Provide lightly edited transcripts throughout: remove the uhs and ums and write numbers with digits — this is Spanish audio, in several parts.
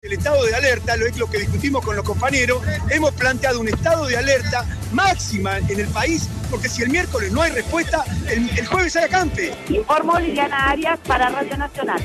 El estado de alerta, lo es lo que discutimos con los compañeros, hemos planteado un estado de alerta máxima en el país, porque si el miércoles no hay respuesta, el jueves hay acampe. Informó Liliana Arias para Radio Nacional.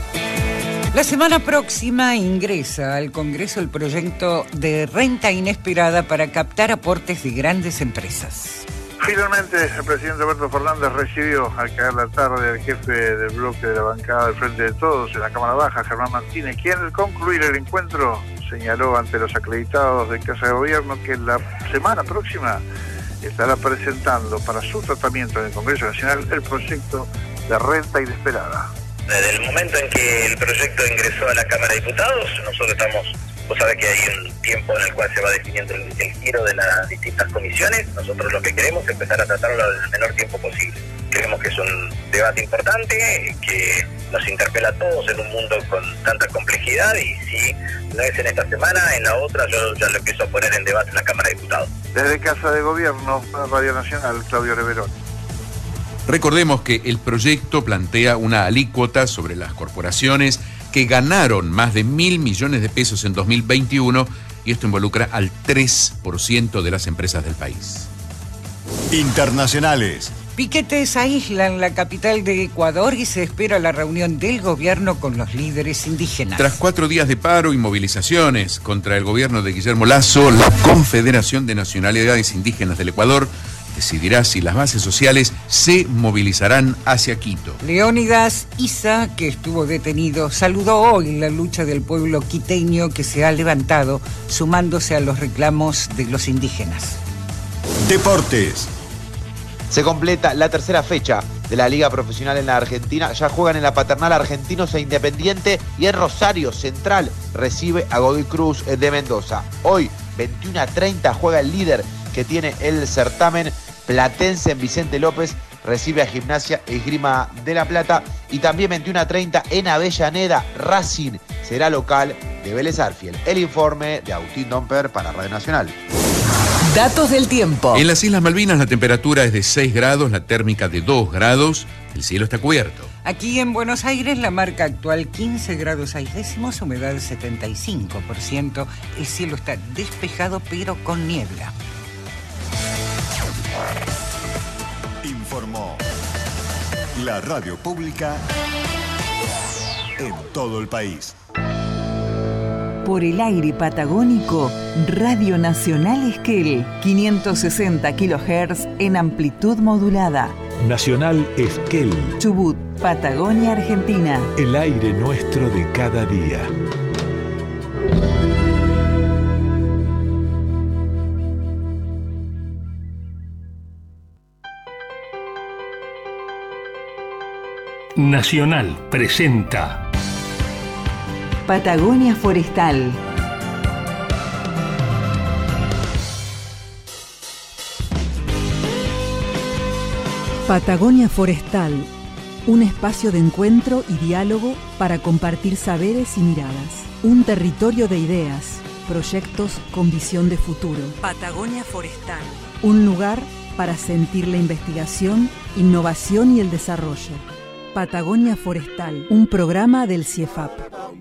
La semana próxima ingresa al Congreso el proyecto de renta inesperada para captar aportes de grandes empresas. Finalmente, el presidente Alberto Fernández recibió al caer la tarde al jefe del bloque de la bancada del Frente de Todos en la Cámara Baja, Germán Martínez, quien al concluir el encuentro señaló ante los acreditados de Casa de Gobierno que la semana próxima estará presentando para su tratamiento en el Congreso Nacional el proyecto de renta inesperada. Desde el momento en que el proyecto ingresó a la Cámara de Diputados, nosotros estamos... Vos sabés que hay un tiempo en el cual se va definiendo el giro de las distintas comisiones. Nosotros lo que queremos es empezar a tratarlo en el menor tiempo posible. Creemos que es un debate importante, que nos interpela a todos en un mundo con tanta complejidad, y si no es en esta semana, en la otra yo ya lo empiezo a poner en debate en la Cámara de Diputados. Desde Casa de Gobierno, para Radio Nacional, Claudio Leverón. Recordemos que el proyecto plantea una alícuota sobre las corporaciones que ganaron más de 1.000 millones de pesos en 2021, y esto involucra al 3% de las empresas del país. Internacionales. Piquetes aíslan la capital de Ecuador y se espera la reunión del gobierno con los líderes indígenas. Tras 4 días de paro y movilizaciones contra el gobierno de Guillermo Lasso, la Confederación de Nacionalidades Indígenas del Ecuador decidirá si las bases sociales se movilizarán hacia Quito. Leónidas Issa, que estuvo detenido, saludó hoy la lucha del pueblo quiteño que se ha levantado, sumándose a los reclamos de los indígenas. Deportes. Se completa la tercera fecha de la Liga Profesional en la Argentina. Ya juegan en la Paternal Argentinos e Independiente, y en Rosario Central recibe a Godoy Cruz de Mendoza. Hoy, 21:30, juega el líder que tiene el certamen platense en Vicente López, recibe a Gimnasia e Esgrima de La Plata, y también 21:30 en Avellaneda, Racing será local de Vélez Arfiel. El informe de Agustín Domper para Radio Nacional. Datos del tiempo. En las Islas Malvinas la temperatura es de 6 grados, la térmica de 2 grados, el cielo está cubierto. Aquí en Buenos Aires la marca actual 15 grados 6 décimos, humedad 75%, el cielo está despejado pero con niebla. Informó la radio pública en todo el país. Por el aire patagónico, Radio Nacional Esquel, 560 kHz en amplitud modulada. Nacional Esquel. Chubut, Patagonia, Argentina. El aire nuestro de cada día. Nacional presenta Patagonia Forestal. Patagonia Forestal, un espacio de encuentro y diálogo para compartir saberes y miradas. Un territorio de ideas, proyectos con visión de futuro. Patagonia Forestal. Un lugar para sentir la investigación, innovación y el desarrollo. Patagonia Forestal, un programa del CIEFAP.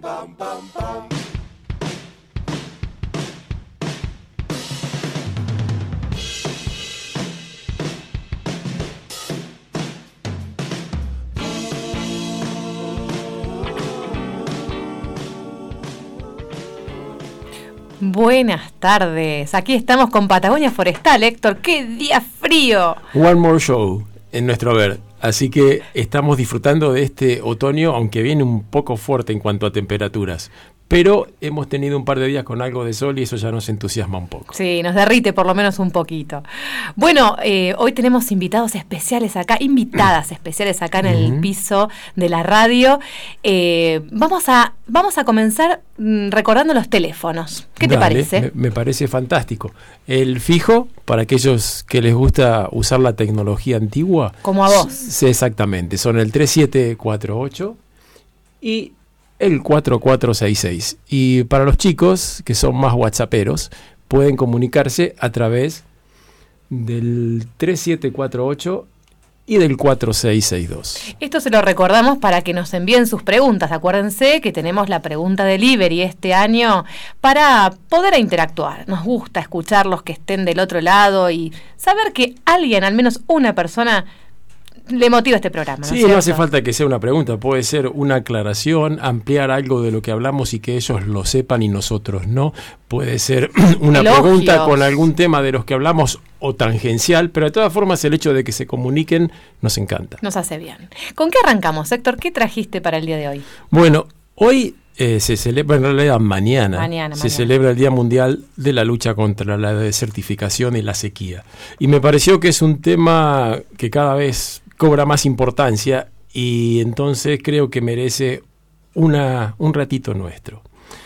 Buenas tardes, aquí estamos con Patagonia Forestal. Héctor, ¡qué día frío! One more show en nuestro haber. Así que estamos disfrutando de este otoño, aunque viene un poco fuerte en cuanto a temperaturas. Pero hemos tenido un par de días con algo de sol y eso ya nos entusiasma un poco. Sí, nos derrite por lo menos un poquito. Bueno, hoy tenemos invitadas especiales acá en el piso de la radio. Vamos a comenzar recordando los teléfonos. ¿Qué te parece? Me parece fantástico. El fijo, para aquellos que les gusta usar la tecnología antigua. Como a vos. Sí, exactamente. Son el 3748 y el 4466. Y para los chicos que son más whatsapperos, pueden comunicarse a través del 3748 y del 4662. Esto se lo recordamos para que nos envíen sus preguntas. Acuérdense que tenemos la pregunta delivery este año para poder interactuar. Nos gusta escuchar los que estén del otro lado y saber que alguien, al menos una persona, le motiva este programa. Sí, no hace falta que sea una pregunta, puede ser una aclaración, ampliar algo de lo que hablamos y que ellos lo sepan y nosotros no. Puede ser una pregunta con algún tema de los que hablamos o tangencial, pero de todas formas el hecho de que se comuniquen nos encanta. Nos hace bien. ¿Con qué arrancamos, Héctor? ¿Qué trajiste para el día de hoy? Bueno, hoy se celebra, en realidad mañana se celebra el Día Mundial de la Lucha contra la Desertificación y la Sequía. Y me pareció que es un tema que cada vez cobra más importancia y entonces creo que merece un ratito nuestro.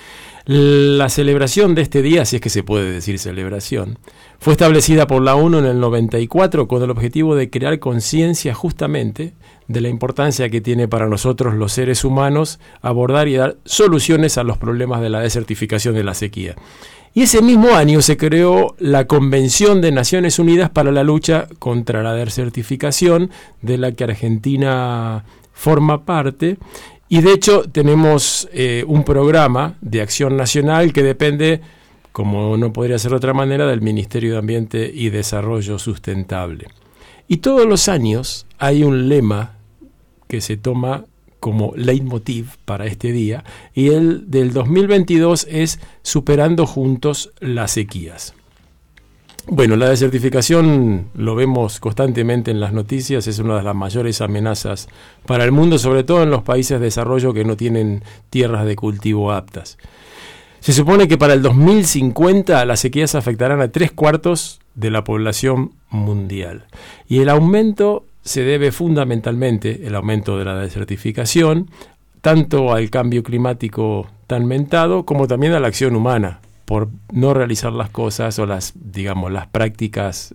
La celebración de este día, si es que se puede decir celebración, fue establecida por la ONU en el 94 con el objetivo de crear conciencia justamente de la importancia que tiene para nosotros los seres humanos abordar y dar soluciones a los problemas de la desertificación y la sequía. Y ese mismo año se creó la Convención de Naciones Unidas para la Lucha contra la Desertificación, de la que Argentina forma parte. Y de hecho tenemos un programa de acción nacional que depende, como no podría ser de otra manera, del Ministerio de Ambiente y Desarrollo Sustentable. Y todos los años hay un lema que se toma como leitmotiv para este día, y el del 2022 es Superando Juntos las Sequías. Bueno, la desertificación, lo vemos constantemente en las noticias, es una de las mayores amenazas para el mundo, sobre todo en los países de desarrollo que no tienen tierras de cultivo aptas. Se supone que para el 2050 las sequías afectarán a 3/4 de la población mundial. Y el aumento se debe fundamentalmente, el aumento de la desertificación, tanto al cambio climático tan mentado como también a la acción humana, por no realizar las cosas o las prácticas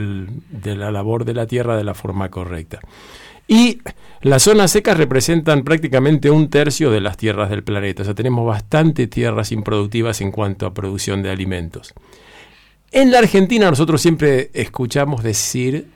de la labor de la tierra de la forma correcta. Y las zonas secas representan prácticamente 1/3 de las tierras del planeta, o sea, tenemos bastante tierras improductivas en cuanto a producción de alimentos. En la Argentina nosotros siempre escuchamos decir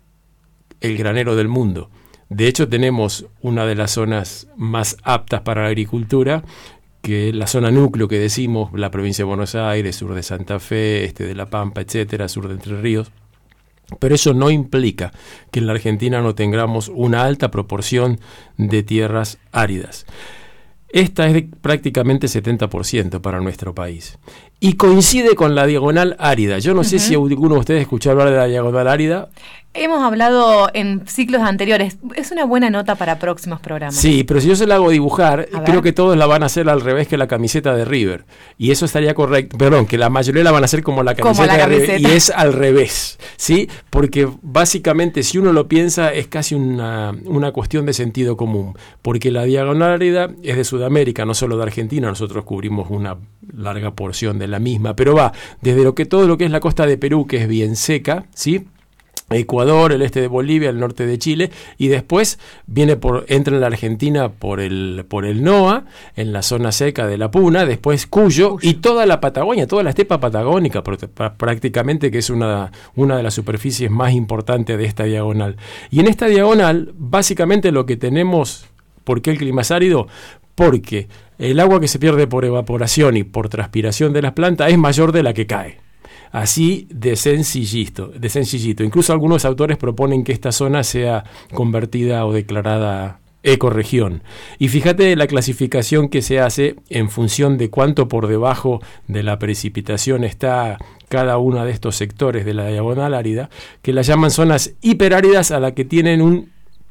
el granero del mundo. De hecho, tenemos una de las zonas más aptas para la agricultura, que es la zona núcleo que decimos, la provincia de Buenos Aires, sur de Santa Fe, este de La Pampa, etcétera, sur de Entre Ríos. Pero eso no implica que en la Argentina no tengamos una alta proporción de tierras áridas. Esta es de prácticamente 70% para nuestro país. Y coincide con la diagonal árida. Yo no sé si alguno de ustedes escuchó hablar de la diagonal árida. Hemos hablado en ciclos anteriores. Es una buena nota para próximos programas. Sí, pero si yo se la hago dibujar, creo que todos la van a hacer al revés que la camiseta de River. Y eso estaría correcto. Perdón, que la mayoría la van a hacer como la camiseta de River. Y es al revés, ¿sí? Porque básicamente, si uno lo piensa, es casi una cuestión de sentido común. Porque la diagonal árida es de Sudamérica, no solo de Argentina. Nosotros cubrimos una larga porción de la misma. Pero va desde todo lo que es la costa de Perú, que es bien seca, ¿sí? Ecuador, el este de Bolivia, el norte de Chile, y después entra en la Argentina por el NOA, en la zona seca de la Puna, después Cuyo y toda la Patagonia, toda la estepa patagónica prácticamente, que es una de las superficies más importantes de esta diagonal. Y en esta diagonal, básicamente lo que tenemos, ¿por qué el clima es árido? Porque el agua que se pierde por evaporación y por transpiración de las plantas es mayor de la que cae. Así de sencillito. Incluso algunos autores proponen que esta zona sea convertida o declarada ecorregión. Y fíjate la clasificación que se hace en función de cuánto por debajo de la precipitación está cada uno de estos sectores de la diagonal árida, que la llaman zonas hiperáridas, a la que tienen un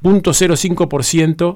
0.05%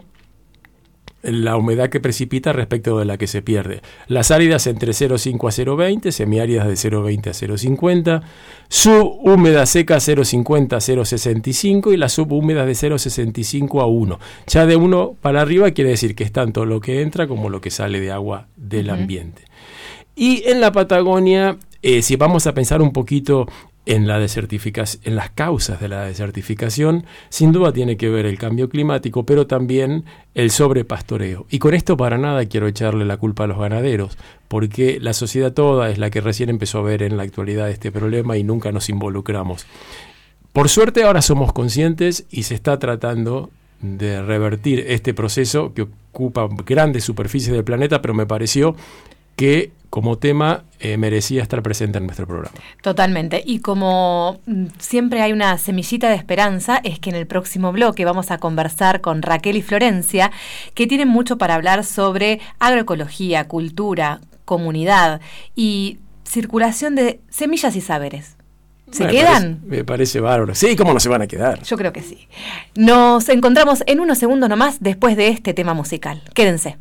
la humedad que precipita respecto de la que se pierde. Las áridas entre 0,5 a 0,20, semiáridas de 0,20 a 0,50, subhúmeda seca 0,50 a 0,65 y las subhúmedas de 0,65 a 1. Ya de 1 para arriba quiere decir que es tanto lo que entra como lo que sale de agua del ambiente. Y en la Patagonia, si vamos a pensar un poquito en la desertificación, en las causas de la desertificación, sin duda tiene que ver el cambio climático, pero también el sobrepastoreo. Y con esto para nada quiero echarle la culpa a los ganaderos, porque la sociedad toda es la que recién empezó a ver en la actualidad este problema y nunca nos involucramos. Por suerte ahora somos conscientes y se está tratando de revertir este proceso que ocupa grandes superficies del planeta, pero me pareció que como tema merecía estar presente en nuestro programa. Totalmente. Y como siempre hay una semillita de esperanza, es que en el próximo bloque vamos a conversar con Raquel y Florencia, que tienen mucho para hablar sobre agroecología, cultura, comunidad y circulación de semillas y saberes. ¿Se quedan? Me parece bárbaro. Sí, ¿cómo no se van a quedar? Yo creo que sí. Nos encontramos en unos segundos nomás después de este tema musical. Quédense.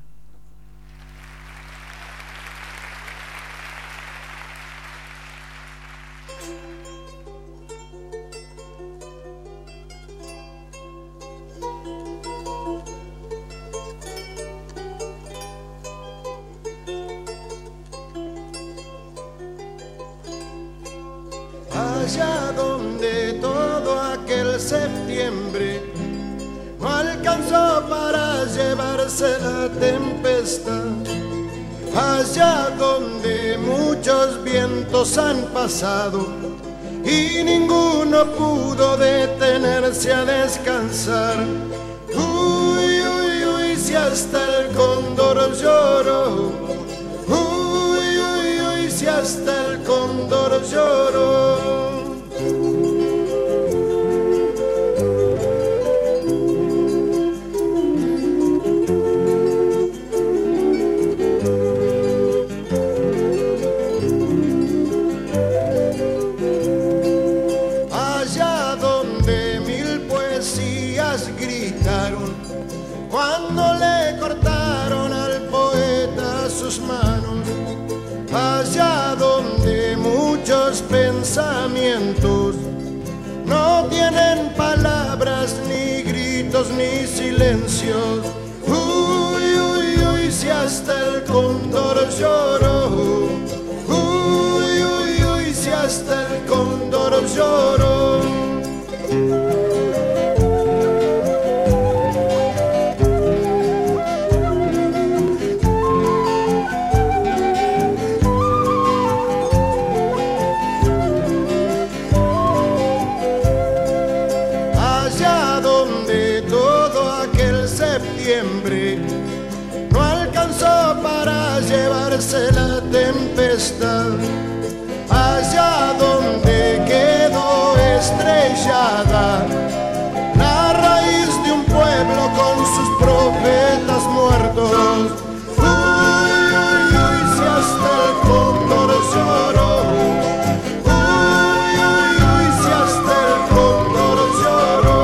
Allá donde todo aquel septiembre no alcanzó para llevarse la tempestad, allá donde muchos vientos han pasado y ninguno pudo detenerse a descansar. Uy, uy, uy, si hasta el cóndor lloró. Uy, uy, uy, si hasta el cóndor lloró. Allá donde mil poesías gritaron cuando le cortaron al poeta sus manos, allá donde muchos pensamientos no tienen palabras, ni gritos, ni silencios. Uy, uy, uy, si hasta el cóndor lloró. Uy, uy, uy, si hasta el cóndor lloró. No alcanzó para llevarse la tempestad, allá donde quedó estrellada la raíz de un pueblo con sus profetas muertos. Uy, uy, uy, si hasta el cóndor lloró. Uy, uy, uy, si hasta el cóndor lloró.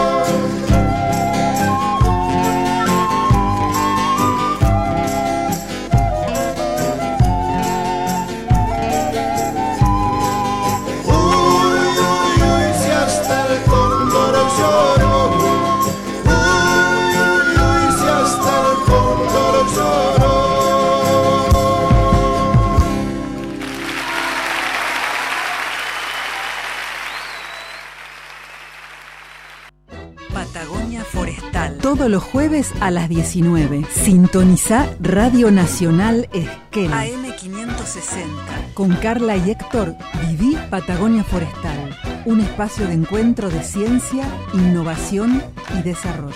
Patagonia Forestal. Todos los jueves a las 19. Sintoniza Radio Nacional Esquel. AM560. Con Carla y Héctor, viví Patagonia Forestal. Un espacio de encuentro de ciencia, innovación y desarrollo.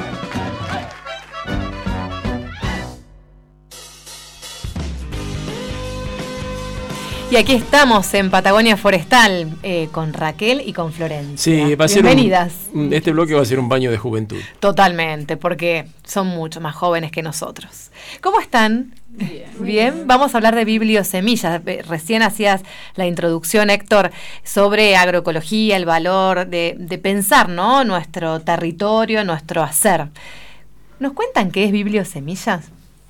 Y aquí estamos en Patagonia Forestal con Raquel y con Florencia. Sí, va a ser bienvenidas. Este bloque va a ser un baño de juventud. Totalmente, porque son mucho más jóvenes que nosotros. ¿Cómo están? Bien. Vamos a hablar de bibliosemillas. Recién hacías la introducción, Héctor, sobre agroecología, el valor de pensar, ¿no? Nuestro territorio, nuestro hacer. ¿Nos cuentan qué es bibliosemillas?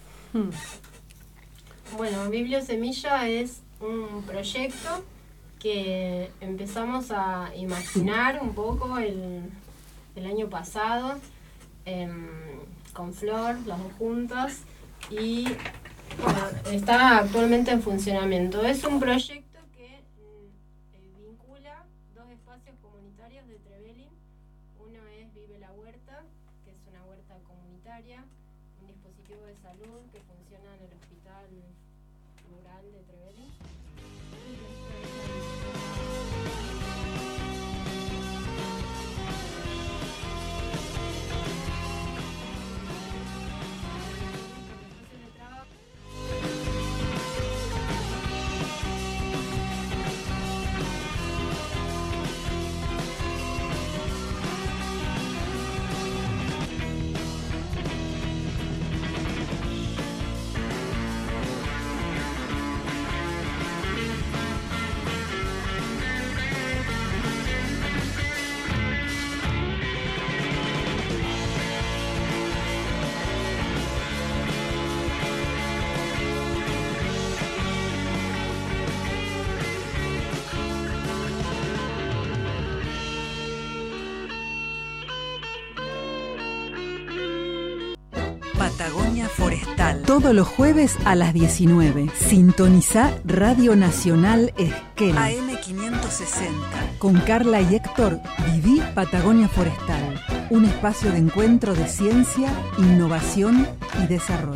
Bueno, Bibliosemilla es un proyecto que empezamos a imaginar un poco el año pasado con Flor, las dos juntas, y bueno, está actualmente en funcionamiento. Es un proyecto que vincula dos espacios comunitarios de Trevelin. Uno es Vive la Huerta, que es una huerta comunitaria, un dispositivo de salud que funciona en el Hospital Rural de Trevelin. Patagonia Forestal. Todos los jueves a las 19. Sintoniza Radio Nacional Esquel. AM 560. Con Carla y Héctor, viví Patagonia Forestal. Un espacio de encuentro de ciencia, innovación y desarrollo.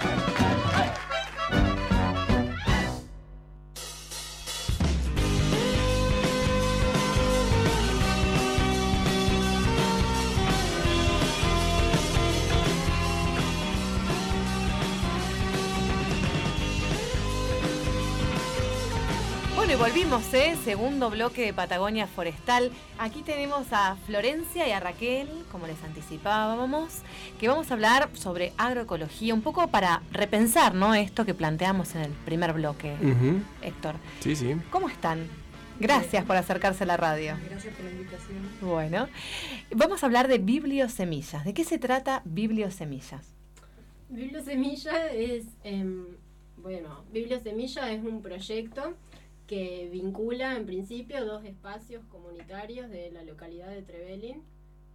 Bueno, y volvimos, segundo bloque de Patagonia Forestal. Aquí tenemos a Florencia y a Raquel, como les anticipábamos, que vamos a hablar sobre agroecología, un poco para repensar, ¿no?, esto que planteamos en el primer bloque, Héctor. Sí, sí. ¿Cómo están? Gracias por acercarse a la radio. Gracias por la invitación. Bueno, vamos a hablar de bibliosemillas. ¿De qué se trata Bibliosemillas? Bibliosemilla es, Bibliosemilla es un proyecto que vincula en principio dos espacios comunitarios de la localidad de Trevelin.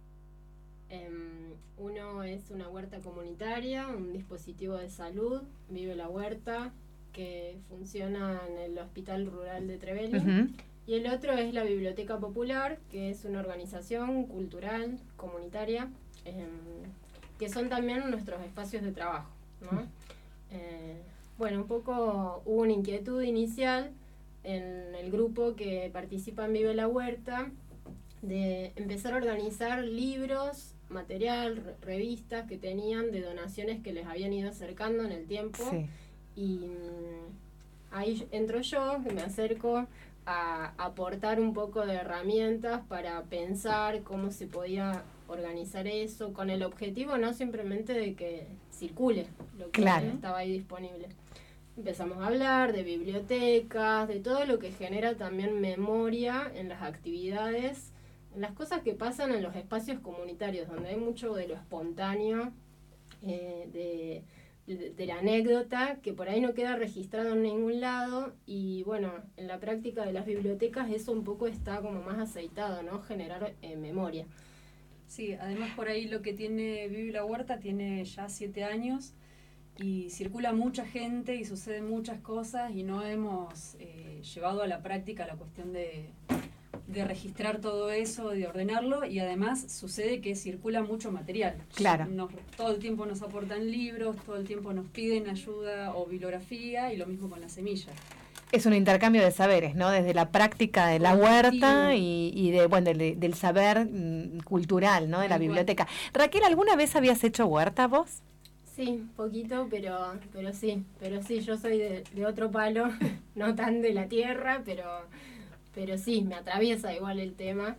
Uno es una huerta comunitaria, un dispositivo de salud, Vive la Huerta, que funciona en el Hospital Rural de Trevelin. Y el otro es la Biblioteca Popular, que es una organización cultural, comunitaria, que son también nuestros espacios de trabajo, ¿no? Un poco hubo una inquietud inicial en el grupo que participa en Vive la Huerta de empezar a organizar libros, material, revistas que tenían de donaciones que les habían ido acercando en el tiempo. Sí. Y ahí entro yo, que me acerco a aportar un poco de herramientas para pensar cómo se podía organizar eso, con el objetivo no simplemente de que circule lo que estaba ahí disponible. Empezamos a hablar de bibliotecas, de todo lo que genera también memoria en las actividades, en las cosas que pasan en los espacios comunitarios, donde hay mucho de lo espontáneo, de la anécdota, que por ahí no queda registrado en ningún lado, y bueno, en la práctica de las bibliotecas eso un poco está como más aceitado, ¿no? Generar memoria. Sí, además por ahí lo que tiene Vive la Huerta tiene ya 7 años, y circula mucha gente y suceden muchas cosas, y no hemos llevado a la práctica la cuestión de registrar todo eso, de ordenarlo, y además sucede que circula mucho material. Claro. Todo el tiempo nos aportan libros, todo el tiempo nos piden ayuda o bibliografía, y lo mismo con las semillas. Es un intercambio de saberes, ¿no? Desde la práctica de la huerta y del saber cultural, ¿no? De la biblioteca. Raquel, ¿alguna vez habías hecho huerta vos? Sí, poquito, pero sí, yo soy de otro palo, no tan de la tierra, pero sí, me atraviesa igual el tema.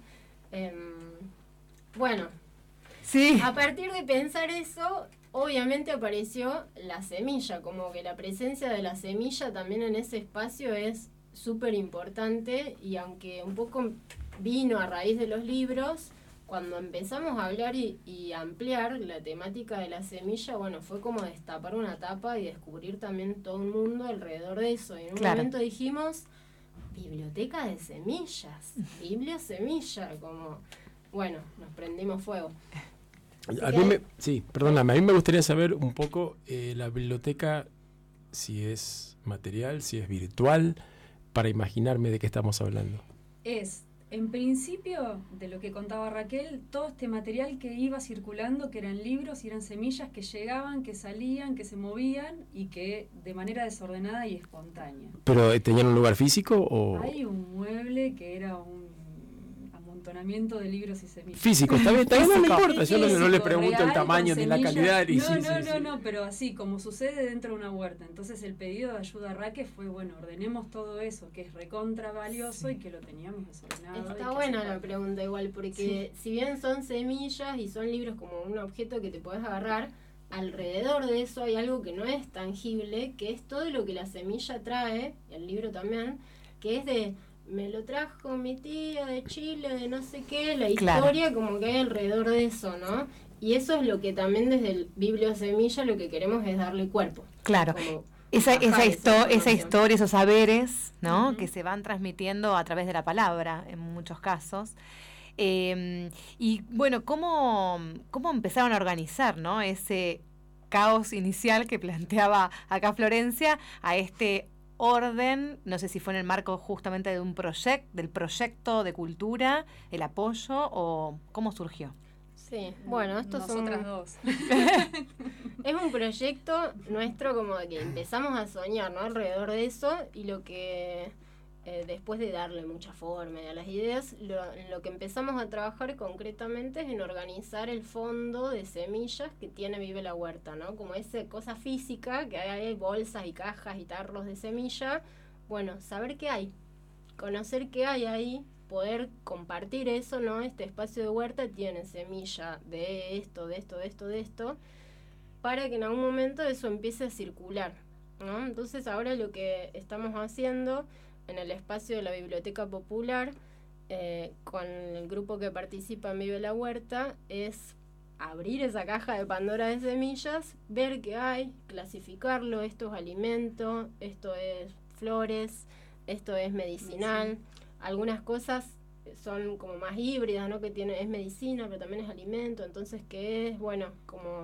Sí. A partir de pensar eso, obviamente apareció la semilla, como que la presencia de la semilla también en ese espacio es súper importante, y aunque un poco vino a raíz de los libros, cuando empezamos a hablar y ampliar la temática de la semilla, fue como destapar una tapa y descubrir también todo un mundo alrededor de eso. Y en un momento dijimos, biblioteca de semillas, bibliosemilla, nos prendimos fuego. A mí me gustaría saber un poco la biblioteca, si es material, si es virtual, para imaginarme de qué estamos hablando. En principio, de lo que contaba Raquel, todo este material que iba circulando, que eran libros y eran semillas que llegaban, que salían, que se movían, y que de manera desordenada y espontánea. ¿Pero tenían un lugar físico o...? Hay un mueble que era un amontonamiento de libros y semillas. Físico, está bien, no me importa, yo no le pregunto el tamaño ni la calidad. No, pero así, como sucede dentro de una huerta. Entonces el pedido de ayuda a Raquel fue, ordenemos todo eso, que es recontra valioso y que lo teníamos desordenado. Está buena la pregunta igual, porque si bien son semillas y son libros como un objeto que te podés agarrar, alrededor de eso hay algo que no es tangible, que es todo lo que la semilla trae, y el libro también, que es de... me lo trajo mi tía de Chile, de no sé qué, la historia como que hay alrededor de eso, ¿no? Y eso es lo que también desde el Bibliosemilla lo que queremos es darle cuerpo. Claro, esa historia, esos saberes, ¿no? Que se van transmitiendo a través de la palabra, en muchos casos. ¿Cómo empezaron a organizar, ¿no? caos inicial que planteaba acá Florencia a este orden, no sé si fue en el marco justamente de un del proyecto de cultura, el apoyo, o cómo surgió. Sí, bueno, esto Nosotras dos. Es un proyecto nuestro como que empezamos a soñar, ¿no? Alrededor de eso, y lo que después de darle mucha forma a las ideas, lo que empezamos a trabajar concretamente es en organizar el fondo de semillas que tiene Vive la Huerta, ¿no? Como esa cosa física, que hay bolsas y cajas y tarros de semilla. Bueno, saber qué hay, conocer qué hay ahí, poder compartir eso, ¿no? Este espacio de huerta tiene semilla de esto, de esto, de esto, de esto, para que en algún momento eso empiece a circular, ¿no? Entonces ahora lo que estamos haciendo en el espacio de la Biblioteca Popular, con el grupo que participa en Vive la Huerta, es abrir esa caja de Pandora de semillas, ver qué hay, clasificarlo, esto es alimento, esto es flores, esto es medicinal, algunas cosas son como más híbridas, ¿no? Que es medicina, pero también es alimento, entonces ¿qué es? Bueno, como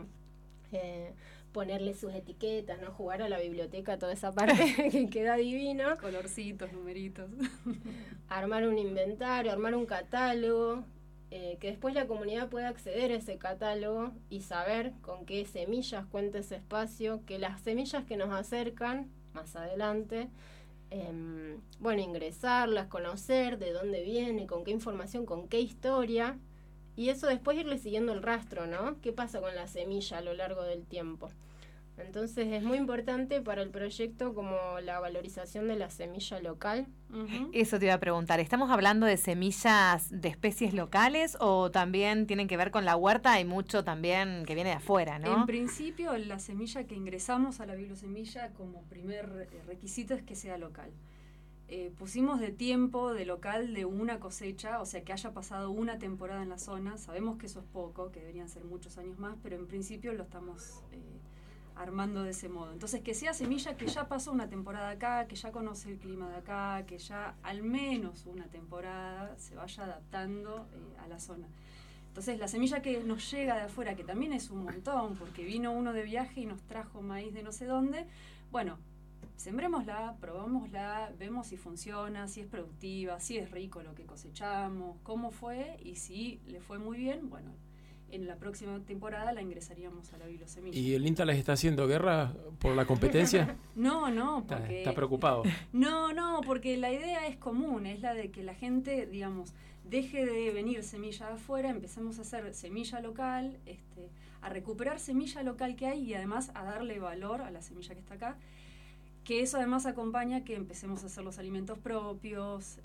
ponerle sus etiquetas, ¿no? Jugar a la biblioteca, toda esa parte que queda divino. Colorcitos, numeritos. Armar un inventario, armar un catálogo, que después la comunidad pueda acceder a ese catálogo y saber con qué semillas cuenta ese espacio, que las semillas que nos acercan más adelante, bueno, ingresarlas, conocer de dónde viene, con qué información, con qué historia, y eso después irle siguiendo el rastro, ¿no? ¿Qué pasa con la semilla a lo largo del tiempo? Entonces es muy importante para el proyecto como la valorización de la semilla local. Eso te iba a preguntar, ¿estamos hablando de semillas de especies locales o también tienen que ver con la huerta? Hay mucho también que viene de afuera, ¿no? En principio, la semilla que ingresamos a la bibliosemilla como primer requisito es que sea local. Pusimos de tiempo de local de una cosecha, o sea que haya pasado una temporada en la zona. Sabemos que eso es poco, que deberían ser muchos años más, pero en principio lo estamos armando de ese modo. Entonces que sea semilla que ya pasó una temporada acá, que ya conoce el clima de acá, que ya al menos una temporada se vaya adaptando a la zona. Entonces la semilla que nos llega de afuera, que también es un montón, porque vino uno de viaje y nos trajo maíz de no sé dónde, bueno, sembrémosla, probámosla, vemos si funciona, si es productiva, si es rico lo que cosechamos, cómo fue, y si le fue muy bien, bueno, en la próxima temporada la ingresaríamos a la bibliosemilla. ¿Y el INTA les está haciendo guerra por la competencia? No, porque... Está preocupado. No, porque la idea es común, es la de que la gente, digamos, deje de venir semilla de afuera, empecemos a hacer semilla local, a recuperar semilla local que hay y además a darle valor a la semilla que está acá, que eso además acompaña que empecemos a hacer los alimentos propios,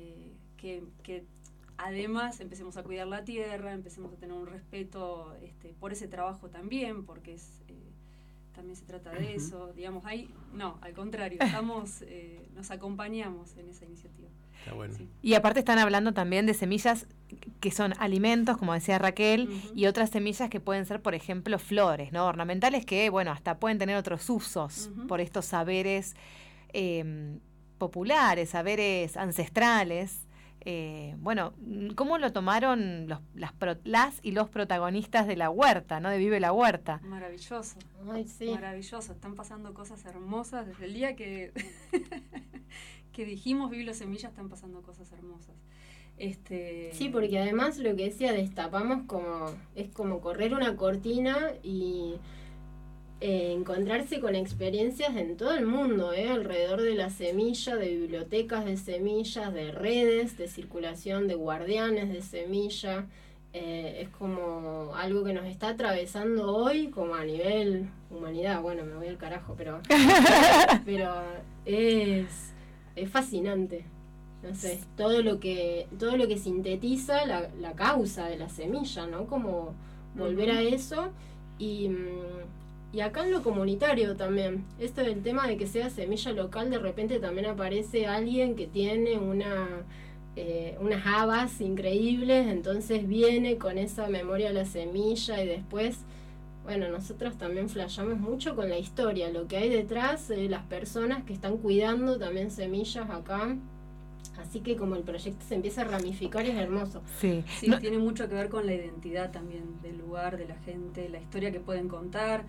que además empecemos a cuidar la tierra, empecemos a tener un respeto por ese trabajo también, porque también se trata de eso, digamos, ahí no, al contrario, nos acompañamos en esa iniciativa. Está bueno. Sí. Y aparte están hablando también de semillas que son alimentos, como decía Raquel, y otras semillas que pueden ser, por ejemplo, flores, ¿no? Ornamentales que, bueno, hasta pueden tener otros usos por estos saberes populares, saberes ancestrales. Bueno, ¿cómo lo tomaron las y los protagonistas de la huerta, ¿no? De Vive la Huerta. Maravilloso. Ay, sí. Maravilloso. Están pasando cosas hermosas desde el día que dijimos Bibliosemilla, están pasando cosas hermosas. Sí, porque además lo que decía, destapamos es como correr una cortina y encontrarse con experiencias en todo el mundo, alrededor de la semilla, de bibliotecas de semillas, de redes de circulación, de guardianes de semilla. Es como algo que nos está atravesando hoy como a nivel humanidad. Bueno, me voy al carajo, pero es fascinante. No sé, todo lo que sintetiza la causa de la semilla, ¿no? Como volver a eso. Y acá en lo comunitario también, esto del tema de que sea semilla local, de repente también aparece alguien que tiene unas habas increíbles, entonces viene con esa memoria a la semilla y después, bueno, nosotros también flasheamos mucho con la historia, lo que hay detrás de las personas que están cuidando también semillas acá. Así que como el proyecto se empieza a ramificar, es hermoso. Sí, tiene mucho que ver con la identidad también del lugar, de la gente, la historia que pueden contar.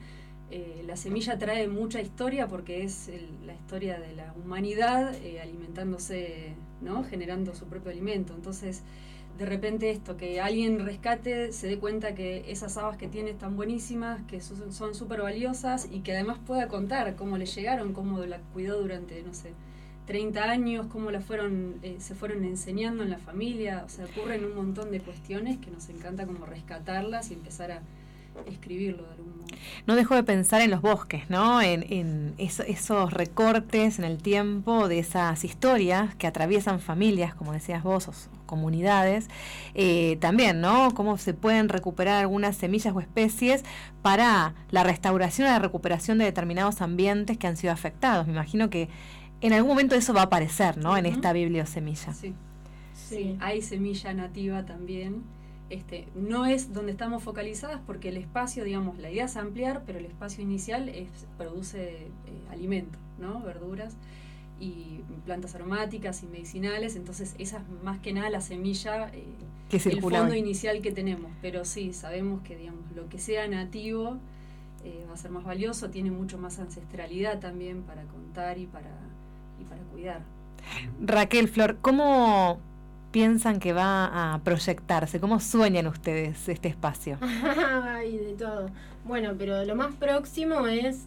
La semilla trae mucha historia porque es la historia de la humanidad alimentándose, ¿no? Generando su propio alimento. Entonces, de repente esto, que alguien rescate, se dé cuenta que esas habas que tiene están buenísimas, que son súper valiosas y que además pueda contar cómo le llegaron, cómo la cuidó durante, no sé, 30 años, cómo se fueron enseñando en la familia. O sea, ocurren un montón de cuestiones que nos encanta como rescatarlas y empezar a escribirlo de algún modo. No dejo de pensar en los bosques, ¿no? En esos recortes en el tiempo de esas historias que atraviesan familias, como decías vos, o comunidades. También, ¿no? Cómo se pueden recuperar algunas semillas o especies para la restauración o la recuperación de determinados ambientes que han sido afectados. Me imagino que en algún momento eso va a aparecer, ¿no? En esta bibliosemilla. Sí, hay semilla nativa también. No es donde estamos focalizadas porque el espacio, digamos, la idea es ampliar, pero el espacio inicial produce alimento, ¿no? Verduras y plantas aromáticas y medicinales, entonces esa es más que nada la semilla, el fondo inicial que tenemos, pero sí, sabemos que, digamos, lo que sea nativo va a ser más valioso, tiene mucho más ancestralidad también para contar y para cuidar. Raquel, Flor, ¿cómo piensan que va a proyectarse? ¿Cómo sueñan ustedes este espacio? Ay, de todo. Bueno, pero lo más próximo es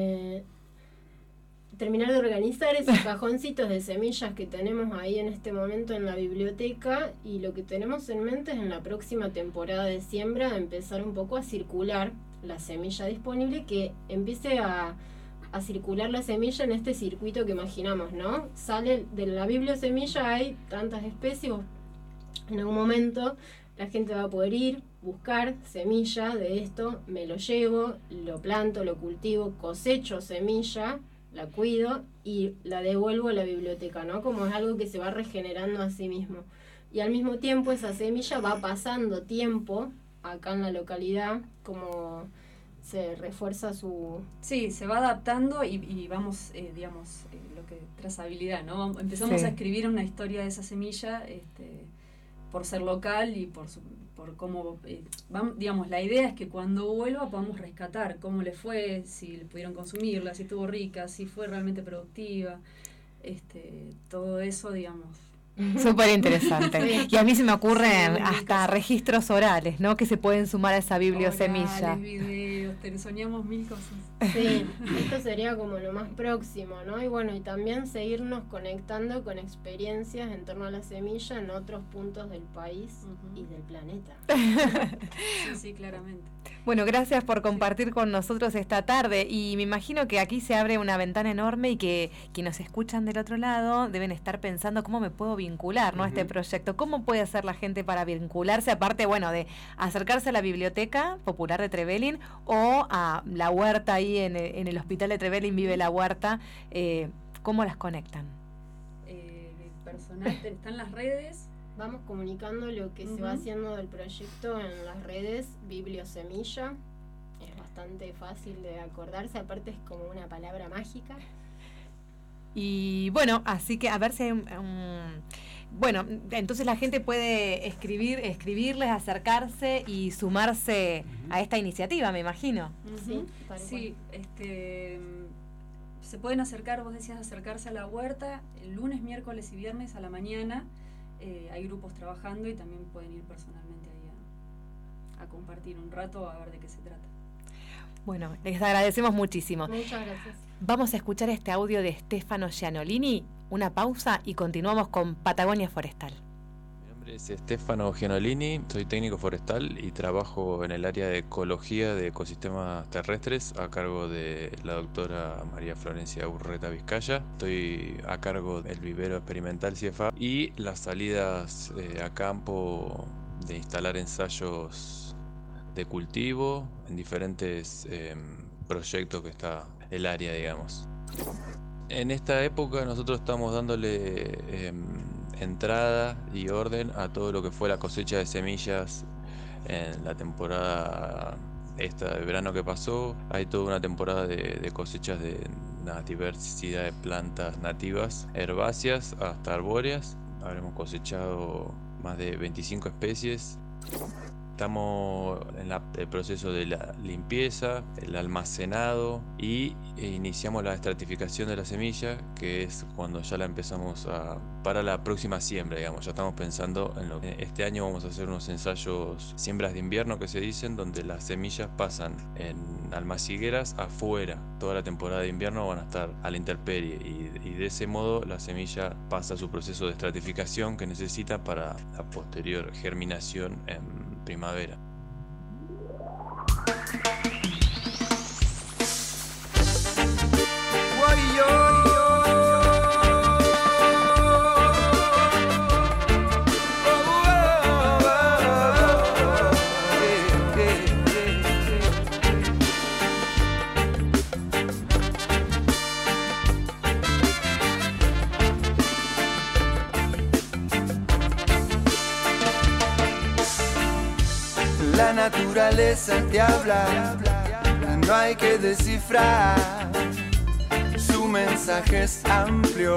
terminar de organizar esos cajoncitos de semillas que tenemos ahí en este momento en la biblioteca, y lo que tenemos en mente es en la próxima temporada de siembra empezar un poco a circular la semilla disponible, que empiece a circular la semilla en este circuito que imaginamos, ¿no? Sale de la bibliosemilla, hay tantas especies, en algún momento la gente va a poder ir, buscar semilla de esto, me lo llevo, lo planto, lo cultivo, cosecho semilla, la cuido y la devuelvo a la biblioteca, ¿no? Como es algo que se va regenerando a sí mismo. Y al mismo tiempo esa semilla va pasando tiempo acá en la localidad, como se refuerza su... Sí, se va adaptando y vamos, digamos, lo que trazabilidad, ¿no? Empezamos a escribir una historia de esa semilla, por ser local y por cómo, digamos, la idea es que cuando vuelva podamos rescatar cómo le fue, si pudieron consumirla, si estuvo rica, si fue realmente productiva, todo eso, digamos. Súper interesante. Y a mí se me ocurren hasta registros orales, ¿no? Que se pueden sumar a esa bibliosemilla. Videos, soñamos mil cosas. Sí, esto sería como lo más próximo, ¿no? Y bueno, y también seguirnos conectando con experiencias en torno a la semilla en otros puntos del país y del planeta. Sí, claramente. Bueno, gracias por compartir con nosotros esta tarde, y me imagino que aquí se abre una ventana enorme y que quienes escuchan del otro lado deben estar pensando cómo me puedo vincular, ¿no? A este proyecto. ¿Cómo puede hacer la gente para vincularse, aparte, bueno, de acercarse a la Biblioteca Popular de Trevelin o a la huerta ahí en el Hospital de Trevelin, Vive la Huerta? ¿Cómo las conectan? Personal, están las redes. Vamos comunicando lo que se va haciendo del proyecto en las redes. Bibliosemilla es bastante fácil de acordarse, aparte es como una palabra mágica. Y bueno, así que a ver si hay bueno, entonces la gente puede escribirles, acercarse y sumarse a esta iniciativa, me imagino. Sí, se pueden acercar, vos decías acercarse a la huerta el lunes, miércoles y viernes a la mañana. Hay grupos trabajando y también pueden ir personalmente ahí a compartir un rato, a ver de qué se trata. Bueno, les agradecemos muchísimo. Muchas gracias. Vamos a escuchar este audio de Stefano Gianolini, una pausa y continuamos con Patagonia Forestal. Mi nombre es Stefano Gianolini, soy técnico forestal y trabajo en el área de ecología de ecosistemas terrestres a cargo de la doctora María Florencia Urreta Vizcaya. Estoy a cargo del vivero experimental CIEFA y las salidas a campo de instalar ensayos de cultivo en diferentes proyectos que está el área, digamos. En esta época nosotros estamos dándole entrada y orden a todo lo que fue la cosecha de semillas en la temporada esta de verano que pasó. Hay toda una temporada de cosechas de una diversidad de plantas nativas, herbáceas hasta arbóreas. Habremos cosechado más de 25 especies. Estamos en el proceso de la limpieza, el almacenado y iniciamos la estratificación de la semilla, que es cuando ya la empezamos para la próxima siembra, digamos. Ya estamos pensando en lo que este año vamos a hacer unos ensayos, siembras de invierno que se dicen, donde las semillas pasan en almacigueras afuera. Toda la temporada de invierno van a estar a la intemperie y de ese modo la semilla pasa su proceso de estratificación que necesita para la posterior germinación en primavera. La naturaleza te habla, no hay que descifrar. Su mensaje es amplio,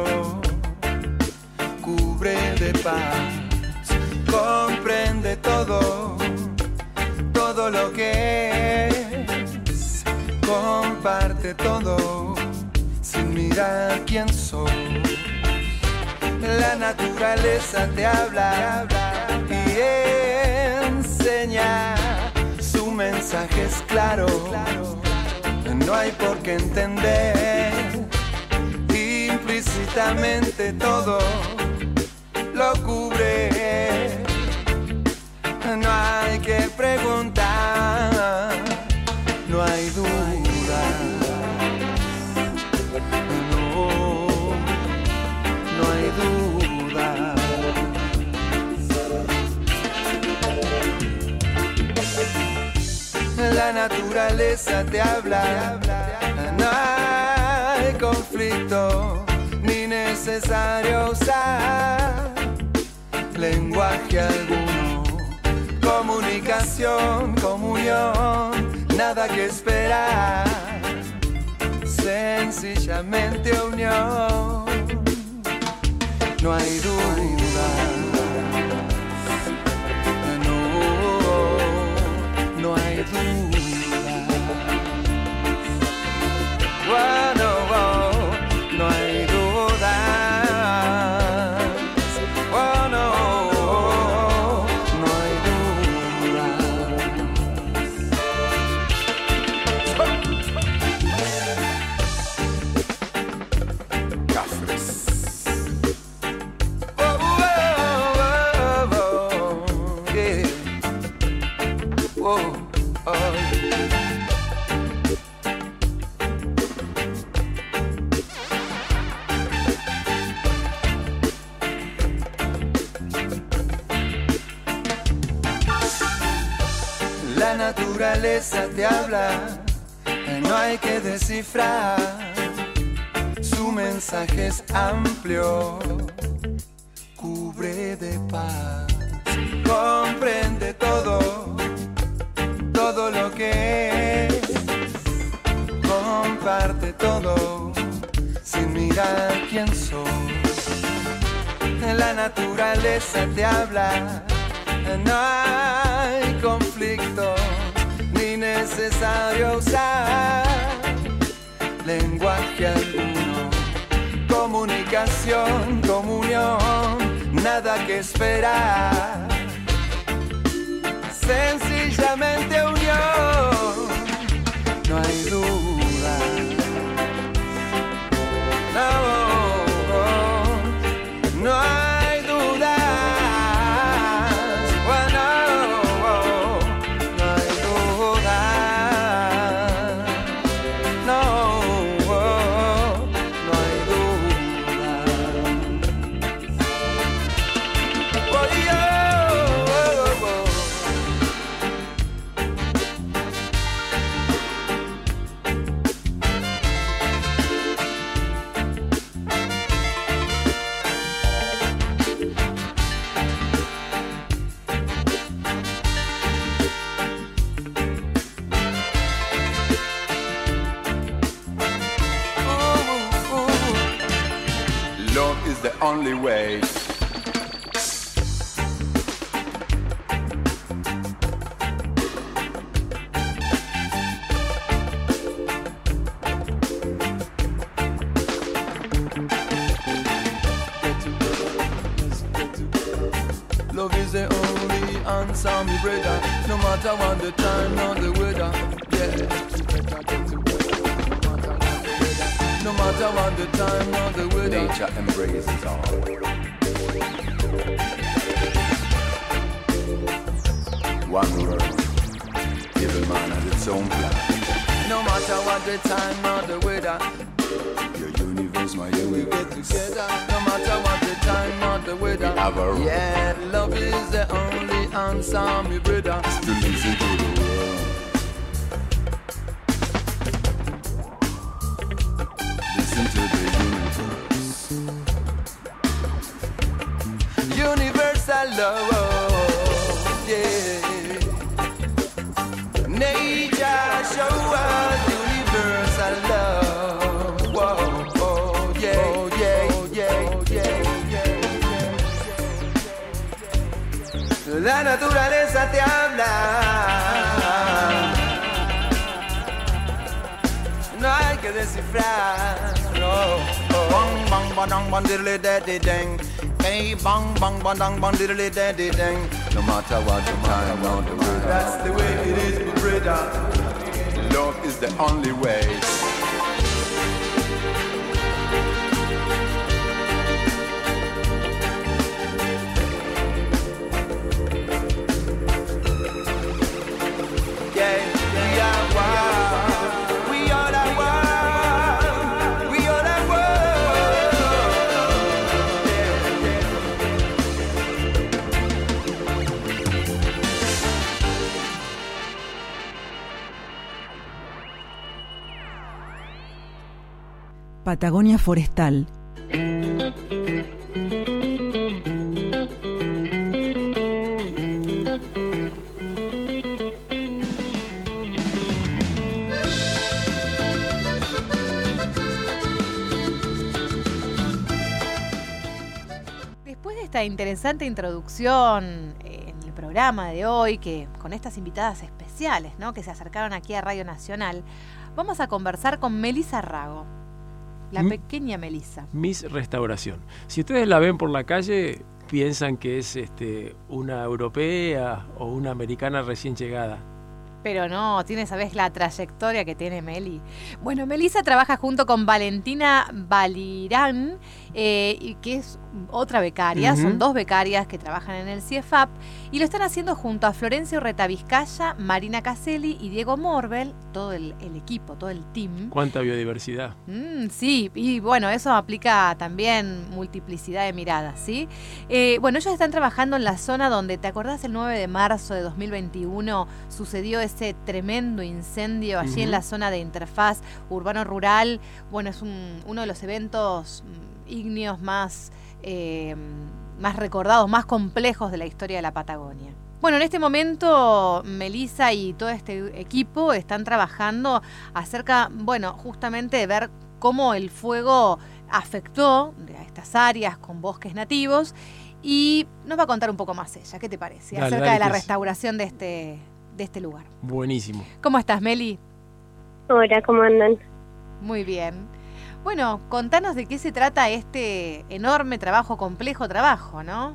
cubre de paz, comprende todo, todo lo que es, comparte todo, sin mirar quién sos. La naturaleza te habla y enseña, su mensaje es claro, no hay por qué entender, implícitamente todo lo cubre, no hay que preguntar, no hay duda, no hay duda. La naturaleza te habla, no hay conflicto, ni necesario usar lenguaje alguno, comunicación, comunión, nada que esperar, sencillamente unión, no hay duda. No hay duda. Oh, no, no hay duda. Oh, no, no hay duda. Cafres. Yeah. Oh. La naturaleza te habla, no hay que descifrar, su mensaje es amplio, cubre de paz, comprende todo, todo lo que es, comparte todo, sin mirar quién sos. La naturaleza te habla, no hay conflicto, ni necesario usar lenguaje alguno, comunicación, comunión, nada que esperar, sencillamente unión, no hay duda, no hay duda. Only way. answer, me brother. No matter what the time nor the weather, yeah. No matter what the time nor the weather. Nature embraces all. One world, every man has its own plan. No matter what the time nor the weather, your universe, my universe. We get together. No matter what the time nor the weather, we have our yeah, love is the only answer, me brother. To listen to the world. Listen to the universe. Universal love, yeah. Nature show us universal love. Whoa, oh, yeah, oh, yeah, oh, yeah, oh, yeah, yeah. La naturaleza te habla. No hay que descifrar. No. Bang bang bang bang diddly daddy dang. Hey bang bang bang bang diddly daddy dang. No matter what the time or the weather, that's the way it is, my brother. Love is the only way. Yeah, we are one. We are the one. We are the Patagonia Forestal. Después de esta interesante introducción en el programa de hoy, que con estas invitadas especiales, ¿no?, que se acercaron aquí a Radio Nacional, vamos a conversar con Melissa Rago. La pequeña Melissa. Miss Restauración. Si ustedes la ven por la calle, piensan que es una europea o una americana recién llegada. Pero no, ¿sabés la trayectoria que tiene Meli? Bueno, Melissa trabaja junto con Valentina Balirán, que es otra becaria. Son dos becarias que trabajan en el CIEFAP y lo están haciendo junto a Florencia Urreta Vizcaya, Marina Caselli y Diego Morbel, todo el equipo, todo el team. ¿Cuánta biodiversidad? Sí, y bueno, eso aplica también multiplicidad de miradas, ¿sí? Bueno, ellos están trabajando en la zona donde, ¿te acordás? El 9 de marzo de 2021 sucedió ese tremendo incendio allí en la zona de interfaz urbano-rural. Bueno, es uno de los eventos ígneos más recordados, más complejos de la historia de la Patagonia. Bueno, en este momento Melissa y todo este equipo están trabajando acerca, bueno, justamente de ver cómo el fuego afectó a estas áreas con bosques nativos, y nos va a contar un poco más ella. ¿Qué te parece? Acerca de la restauración de este lugar. Buenísimo. ¿Cómo estás, Meli? Hola, ¿cómo andan? Muy bien. Bueno, contanos de qué se trata este enorme trabajo, complejo trabajo, ¿no?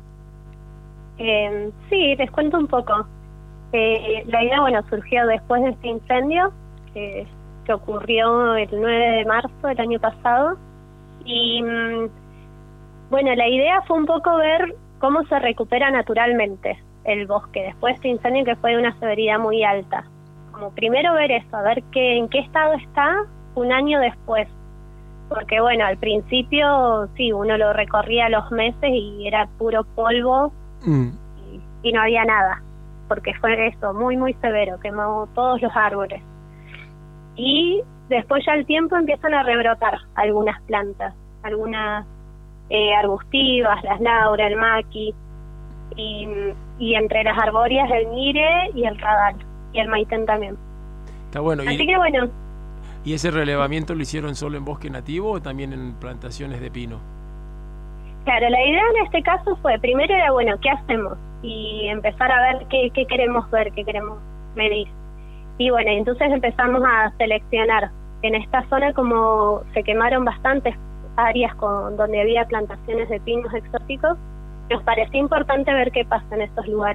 Sí, les cuento un poco. La idea, bueno, surgió después de este incendio que ocurrió el 9 de marzo del año pasado. Y, bueno, la idea fue un poco ver cómo se recupera naturalmente el bosque después de este incendio, que fue de una severidad muy alta. Como primero ver eso, a ver en qué estado está un año después. Porque bueno, al principio sí, uno lo recorría los meses y era puro polvo y no había nada, porque fue eso, muy muy severo, quemó todos los árboles. Y después ya al tiempo empiezan a rebrotar algunas plantas, algunas arbustivas, las laura, el maqui, y entre las arbóreas el mire y el radal, y el maitén también. Está bueno. Así que bueno. ¿Y ese relevamiento lo hicieron solo en bosque nativo o también en plantaciones de pino? Claro, la idea en este caso fue, primero era, bueno, ¿qué hacemos? Y empezar a ver qué queremos ver, qué queremos medir. Y bueno, entonces empezamos a seleccionar. En esta zona, como se quemaron bastantes áreas donde había plantaciones de pinos exóticos, nos parecía importante ver qué pasa en estos lugares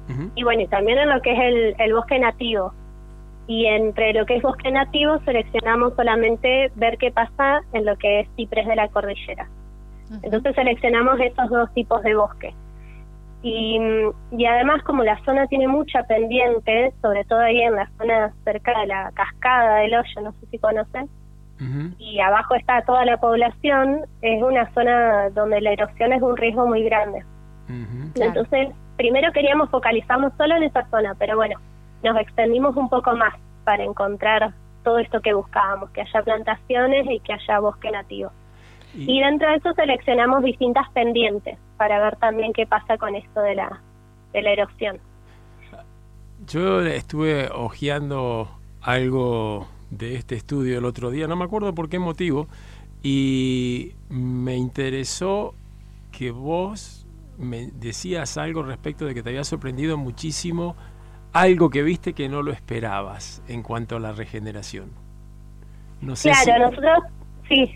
y bueno, y también en lo que es el bosque nativo. Y entre lo que es bosque nativo seleccionamos solamente ver qué pasa en lo que es ciprés de la cordillera. Entonces seleccionamos esos dos tipos de bosque. Y además, como la zona tiene mucha pendiente, sobre todo ahí en la zona cerca de la cascada del Hoyo, no sé si conocen, y abajo está toda la población, es una zona donde la erosión es un riesgo muy grande. Entonces, primero queríamos focalizarnos solo en esa zona, pero bueno, nos extendimos un poco más para encontrar todo esto que buscábamos, que haya plantaciones y que haya bosque nativo. Y dentro de eso seleccionamos distintas pendientes para ver también qué pasa con esto de la erosión. Yo estuve hojeando algo de este estudio el otro día, no me acuerdo por qué motivo, y me interesó que vos me decías algo respecto de que te había sorprendido muchísimo algo que viste que no lo esperabas en cuanto a la regeneración. No sé nosotros sí.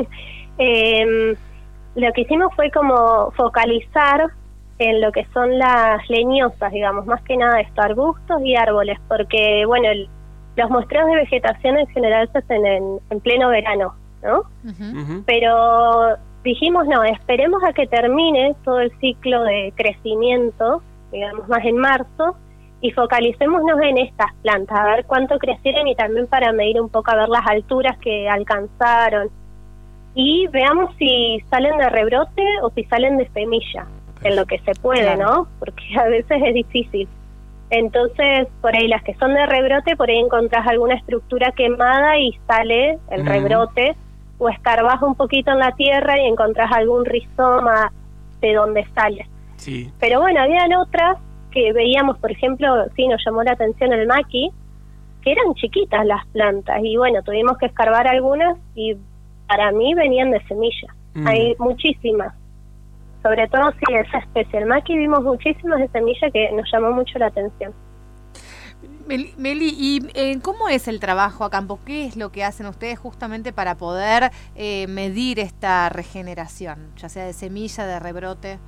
Lo que hicimos fue como focalizar en lo que son las leñosas, digamos, más que nada esto, arbustos y árboles, porque bueno, los muestreos de vegetación en general se hacen en pleno verano, ¿no? Pero dijimos, no, esperemos a que termine todo el ciclo de crecimiento, digamos más en marzo, y focalicémonos en estas plantas, a ver cuánto crecieron y también para medir un poco, a ver las alturas que alcanzaron. Y veamos si salen de rebrote o si salen de semilla, en lo que se puede, ¿no? Porque a veces es difícil. Entonces, por ahí las que son de rebrote, por ahí encontrás alguna estructura quemada y sale el rebrote, o escarbás un poquito en la tierra y encontrás algún rizoma de donde sale. Sí. Pero bueno, habían otras que veíamos, por ejemplo, sí nos llamó la atención el maqui, que eran chiquitas las plantas, y bueno, tuvimos que escarbar algunas y para mí venían de semilla. Hay muchísimas, sobre todo sí esa especie, el maqui, vimos muchísimas de semilla que nos llamó mucho la atención. Meli, ¿y cómo es el trabajo a campo? ¿Qué es lo que hacen ustedes justamente para poder medir esta regeneración, ya sea de semilla, de rebrote?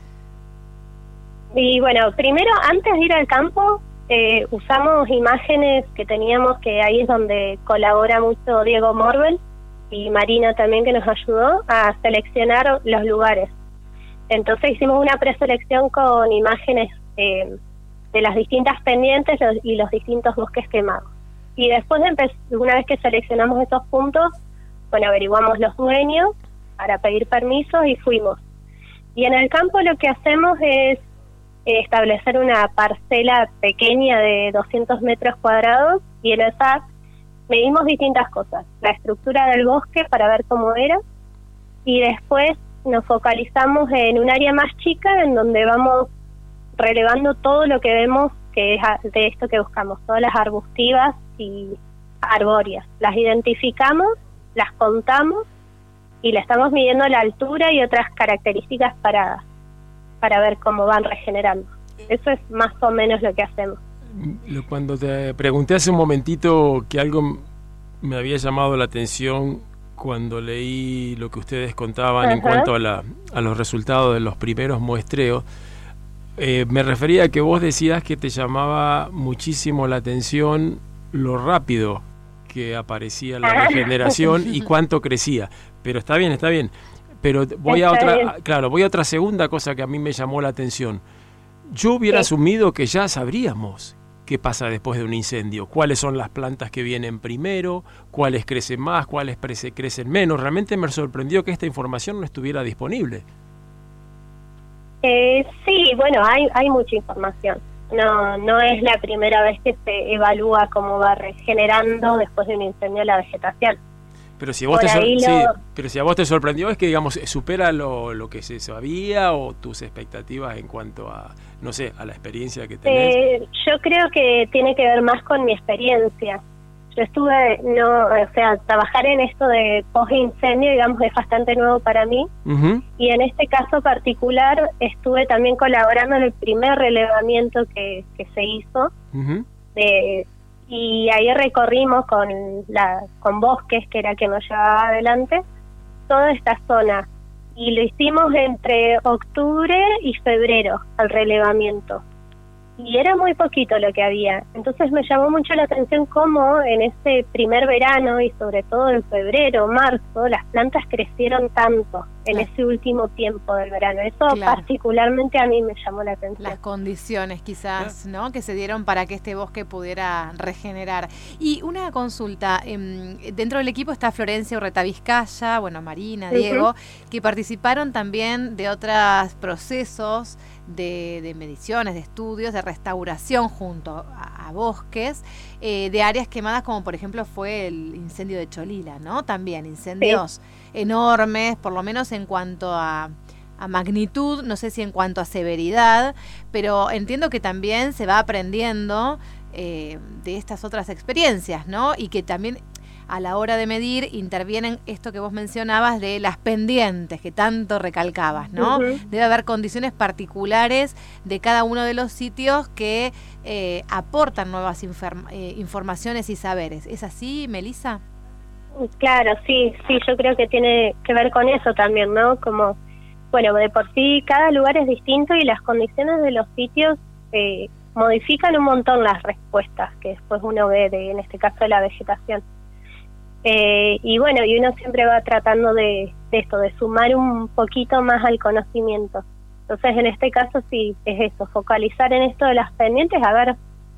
Y bueno, primero, antes de ir al campo, usamos imágenes que teníamos, que ahí es donde colabora mucho Diego Morbel y Marina también, que nos ayudó a seleccionar los lugares. Entonces hicimos una preselección con imágenes de las distintas pendientes y los distintos bosques quemados. Y después, una vez que seleccionamos esos puntos, bueno, averiguamos los dueños para pedir permisos y fuimos. Y en el campo lo que hacemos es establecer una parcela pequeña de 200 metros cuadrados, y en esa medimos distintas cosas, la estructura del bosque para ver cómo era, y después nos focalizamos en un área más chica en donde vamos relevando todo lo que vemos que es de esto que buscamos, todas las arbustivas y arbóreas. Las identificamos, las contamos y le estamos midiendo la altura y otras características para ver cómo van regenerando. Eso es más o menos lo que hacemos. Cuando te pregunté hace un momentito que algo me había llamado la atención cuando leí lo que ustedes contaban en cuanto a los resultados de los primeros muestreos, me refería a que vos decías que te llamaba muchísimo la atención lo rápido que aparecía la regeneración y cuánto crecía. Pero está bien. Pero voy a otra segunda cosa que a mí me llamó la atención. Yo hubiera asumido que ya sabríamos qué pasa después de un incendio, cuáles son las plantas que vienen primero, cuáles crecen más, cuáles crecen menos. Realmente me sorprendió que esta información no estuviera disponible. Sí, bueno, hay mucha información. No es la primera vez que se evalúa cómo va regenerando después de un incendio la vegetación. Pero si a vos te sorprendió, es que, digamos, supera lo que se sabía o tus expectativas en cuanto a, no sé, a la experiencia que tenés. Yo creo que tiene que ver más con mi experiencia. Yo estuve, trabajar en esto de post-incendio, digamos, es bastante nuevo para mí. Y en este caso particular estuve también colaborando en el primer relevamiento que se hizo y ahí recorrimos con Bosques, que era quien nos llevaba adelante, toda esta zona. Y lo hicimos entre octubre y febrero, al relevamiento. y era muy poquito lo que había. Entonces me llamó mucho la atención cómo en ese primer verano y sobre todo en febrero, marzo, las plantas crecieron tanto en ese último tiempo del verano. Eso particularmente a mí me llamó la atención. Las condiciones quizás, ¿no?, que se dieron para que este bosque pudiera regenerar. Y una consulta, dentro del equipo está Florencia Urreta Vizcaya, bueno, Marina, Diego, que participaron también de otros procesos de mediciones, de estudios, de restauración junto a bosques, de áreas quemadas, como por ejemplo fue el incendio de Cholila, ¿no? También incendios enormes, por lo menos en cuanto a magnitud, no sé si en cuanto a severidad, pero entiendo que también se va aprendiendo de estas otras experiencias, ¿no? Y que también a la hora de medir intervienen esto que vos mencionabas de las pendientes que tanto recalcabas, ¿no? Debe haber condiciones particulares de cada uno de los sitios que aportan nuevas informaciones y saberes. ¿Es así, Melissa? Claro, sí, yo creo que tiene que ver con eso también, ¿no? Como, bueno, de por sí cada lugar es distinto y las condiciones de los sitios modifican un montón las respuestas que después uno ve en este caso de la vegetación. Y bueno, y uno siempre va tratando de esto, de sumar un poquito más al conocimiento. Entonces en este caso sí, es eso, focalizar en esto de las pendientes, a ver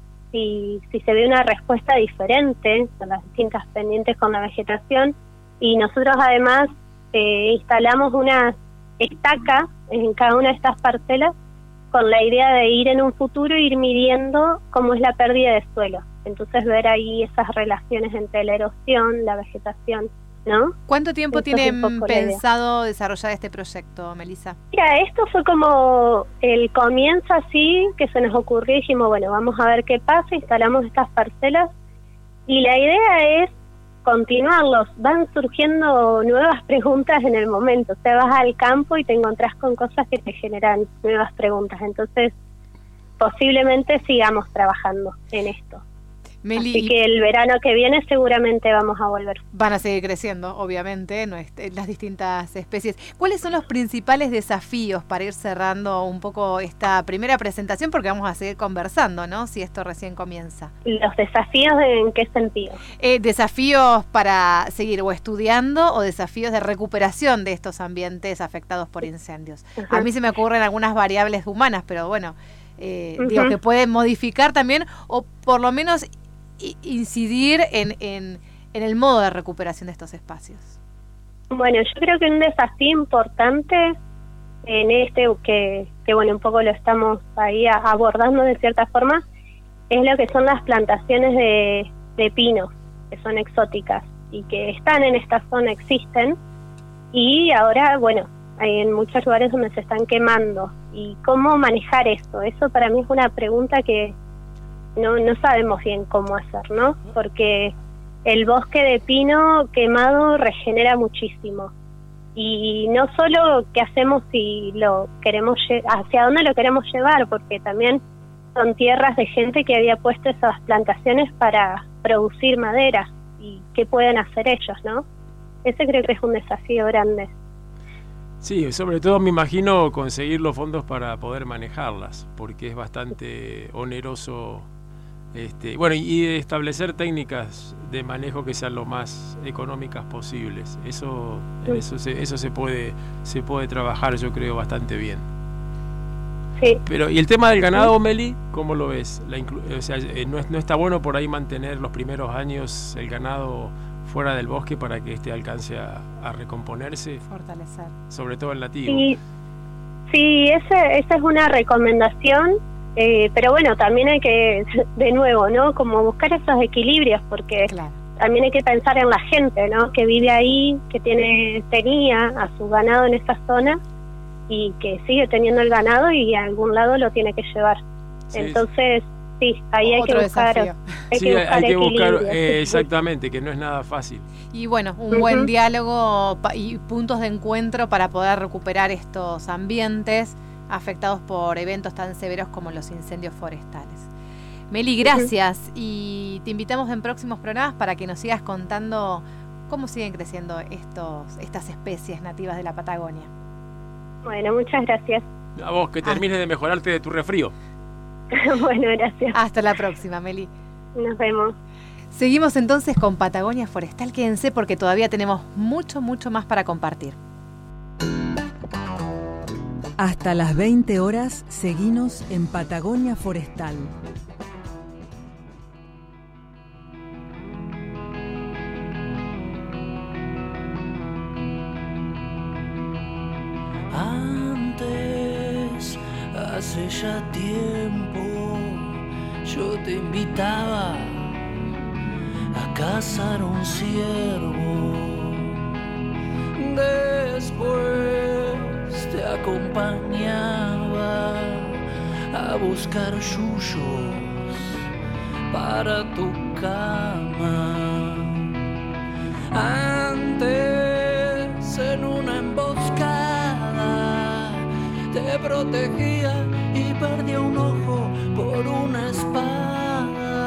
si se ve una respuesta diferente con las distintas pendientes con la vegetación. Y nosotros además instalamos unas estacas en cada una de estas parcelas con la idea de ir en un futuro, ir midiendo cómo es la pérdida de suelo. Entonces ver ahí esas relaciones entre la erosión, la vegetación, ¿no? ¿Cuánto tiempo tienen pensado desarrollar este proyecto, Melissa? Mira, esto fue como el comienzo así, que se nos ocurrió y dijimos, bueno, vamos a ver qué pasa, instalamos estas parcelas y la idea es continuarlos. Van surgiendo nuevas preguntas en el momento. Te vas al campo y te encontrás con cosas que te generan nuevas preguntas. Entonces, posiblemente sigamos trabajando en esto. Meli, así que el verano que viene seguramente vamos a volver. Van a seguir creciendo, obviamente, las distintas especies. ¿Cuáles son los principales desafíos para ir cerrando un poco esta primera presentación? Porque vamos a seguir conversando, ¿no? Si esto recién comienza. ¿Los desafíos en qué sentido? Desafíos para seguir o estudiando o desafíos de recuperación de estos ambientes afectados por incendios. A mí se me ocurren algunas variables humanas, pero bueno, digo que pueden modificar también o por lo menos incidir en el modo de recuperación de estos espacios. Bueno, yo creo que un desafío importante en que bueno, un poco lo estamos ahí abordando de cierta forma, es lo que son las plantaciones de pinos, que son exóticas y que están en esta zona, existen, y ahora, bueno, hay en muchos lugares donde se están quemando. ¿Y cómo manejar eso? Eso para mí es una pregunta que no sabemos bien cómo hacer, ¿no? Porque el bosque de pino quemado regenera muchísimo. Y no solo qué hacemos si lo queremos hacia dónde lo queremos llevar, porque también son tierras de gente que había puesto esas plantaciones para producir madera. ¿Y qué pueden hacer ellos, no? Ese creo que es un desafío grande. Sí, sobre todo me imagino conseguir los fondos para poder manejarlas, porque es bastante oneroso. Bueno, y establecer técnicas de manejo que sean lo más económicas posibles. Eso se puede trabajar, yo creo, bastante bien. Sí. Pero, ¿y el tema del ganado, Meli? ¿Cómo lo ves? No está bueno por ahí mantener los primeros años el ganado fuera del bosque para que alcance a recomponerse. Fortalecer. Sobre todo el nativo. Sí, esa es una recomendación. Pero bueno, también hay que, de nuevo, ¿no? Como buscar esos equilibrios, porque también hay que pensar en la gente, ¿no? Que vive ahí, que tenía a su ganado en esa zona y que sigue teniendo el ganado y a algún lado lo tiene que llevar. Sí. Entonces, sí, ahí hay que buscar. Hay que buscar exactamente, que no es nada fácil. Y bueno, un buen diálogo y puntos de encuentro para poder recuperar estos ambientes afectados por eventos tan severos como los incendios forestales. Meli, gracias y te invitamos en próximos programas para que nos sigas contando cómo siguen creciendo estas especies nativas de la Patagonia. Bueno, muchas gracias. A vos, que termines de mejorarte de tu resfrío. Bueno, gracias. Hasta la próxima, Meli. Nos vemos. Seguimos entonces con Patagonia Forestal. Quédense porque todavía tenemos mucho, mucho más para compartir. Hasta las 20 horas, seguinos en Patagonia Forestal. Antes, hace ya tiempo, yo te invitaba a cazar un ciervo. Después te acompañaba a buscar yuyos para tu cama. Antes, en una emboscada, te protegía y perdía un ojo por una espada.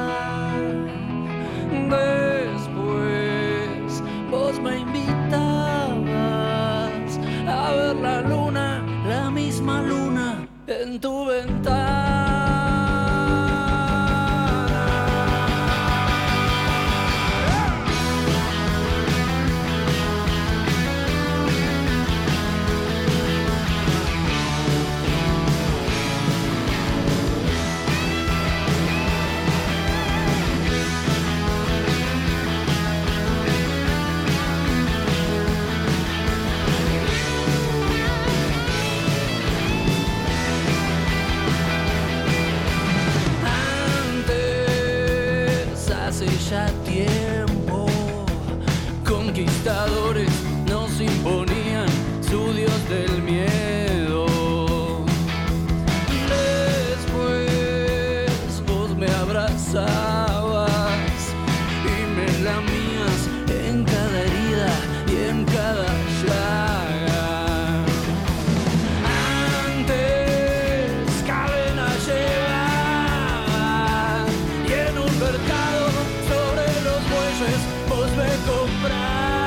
Después vos me invitabas a ver la luna, la misma luna en tu ventana. Ya tiempo, conquistadores nos imponían su dios del miedo. Después vos me abrazabas y me lamías en cada herida y en cada llaga. Antes cadena llevaba y en un mercado vos me comprás.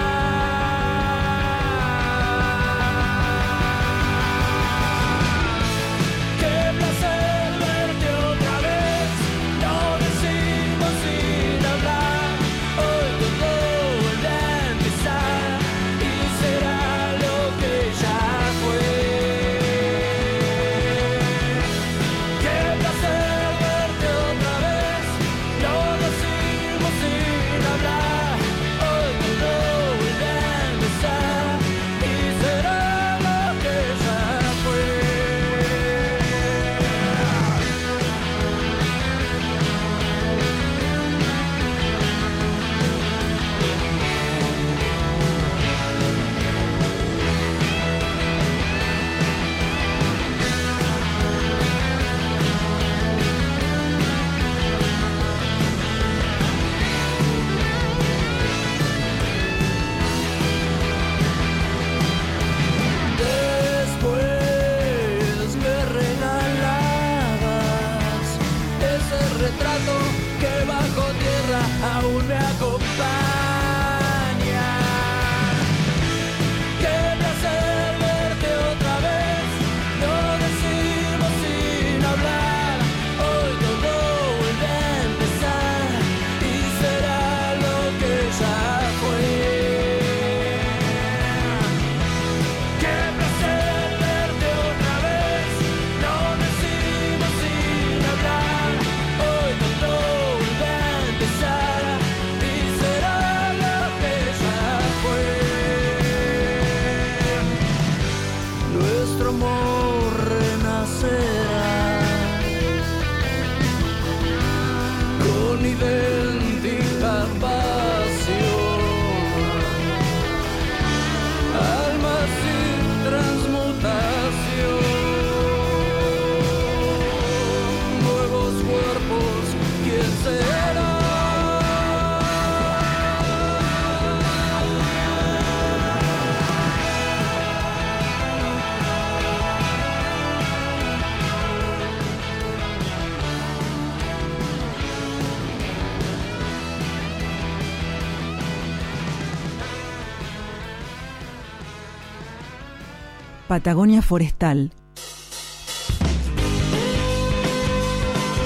Qué placer verte otra vez, lo decimos sin hablar. Hoy todo vuelve a empezar y será lo que ya fue. Qué placer verte otra vez, lo decimos sin hablar. Hoy todo vuelve a empezar y será lo que ya fue. Después me regalabas ese retrato que bajo tierra aún me acompaña. Qué placer verte otra vez, lo decimos sin hablar. Hoy todo vuelve a empezar y será lo que ya fue. Qué placer verte otra vez, lo decimos sin hablar. Hoy todo vuelve a empezar y será lo que ya fue. Nuestro amor renacerá con idéntica pasión, alma sin transmutación, nuevos cuerpos, ¿quién será? Patagonia Forestal.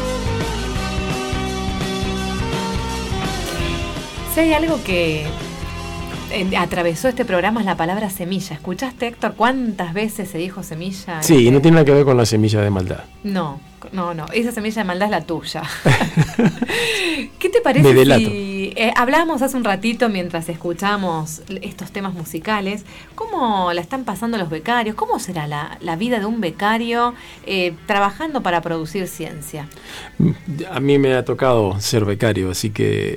Si hay algo que atravesó este programa es la palabra semilla. ¿Escuchaste, Héctor, cuántas veces se dijo semilla? Sí, y no tiene nada que ver con la semilla de maldad. No, esa semilla de maldad es la tuya. ¿Qué te parece Me delato. si hablábamos hace un ratito mientras escuchábamos estos temas musicales? ¿Cómo la están pasando los becarios? ¿Cómo será la vida de un becario trabajando para producir ciencia? A mí me ha tocado ser becario, así que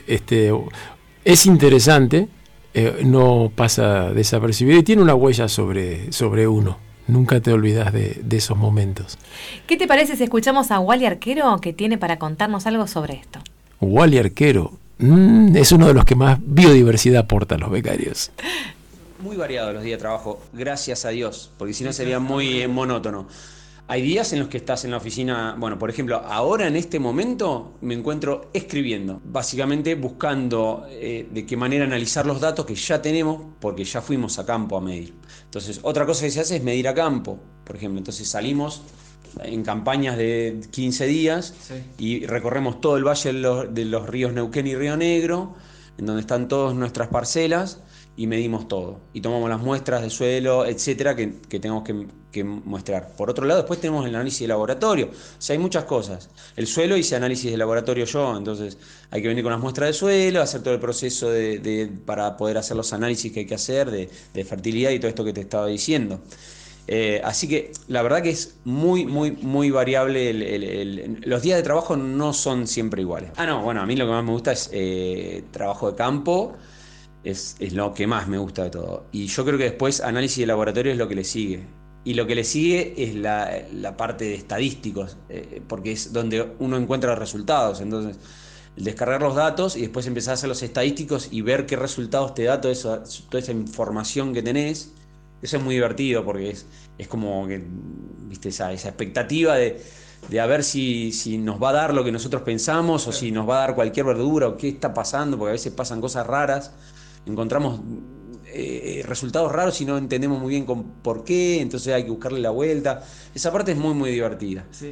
es interesante, no pasa desapercibido y tiene una huella sobre uno. Nunca te olvidas de esos momentos. ¿Qué te parece si escuchamos a Wally Arquero, que tiene para contarnos algo sobre esto? Wally Arquero es uno de los que más biodiversidad aporta a los becarios. Muy variados los días de trabajo, gracias a Dios, porque si no sería muy monótono. Hay días en los que estás en la oficina, bueno, por ejemplo, ahora en este momento me encuentro escribiendo, básicamente buscando de qué manera analizar los datos que ya tenemos, porque ya fuimos a campo a medir. Entonces, otra cosa que se hace es medir a campo, por ejemplo. Entonces salimos en campañas de 15 días y recorremos todo el valle de los ríos Neuquén y Río Negro, en donde están todas nuestras parcelas, y medimos todo. Y tomamos las muestras de suelo, etcétera, que tenemos que muestrar. Por otro lado, después tenemos el análisis de laboratorio. O sea, hay muchas cosas. El suelo hice análisis de laboratorio yo, entonces hay que venir con las muestras de suelo, hacer todo el proceso para poder hacer los análisis que hay que hacer de fertilidad y todo esto que te estaba diciendo. Así que la verdad que es muy variable. Los días de trabajo no son siempre iguales. Bueno, a mí lo que más me gusta es trabajo de campo. Es lo que más me gusta de todo. Y yo creo que después análisis de laboratorio es lo que le sigue. Y lo que le sigue es la parte de estadísticos, porque es donde uno encuentra los resultados. Entonces, el descargar los datos y después empezar a hacer los estadísticos y ver qué resultados te da toda esa información que tenés. Eso es muy divertido porque es como que, viste, esa expectativa de a ver si nos va a dar lo que nosotros pensamos o si nos va a dar cualquier verdura o qué está pasando, porque a veces pasan cosas raras. Encontramos resultados raros y no entendemos muy bien por qué, entonces hay que buscarle la vuelta. Esa parte es muy divertida. Sí.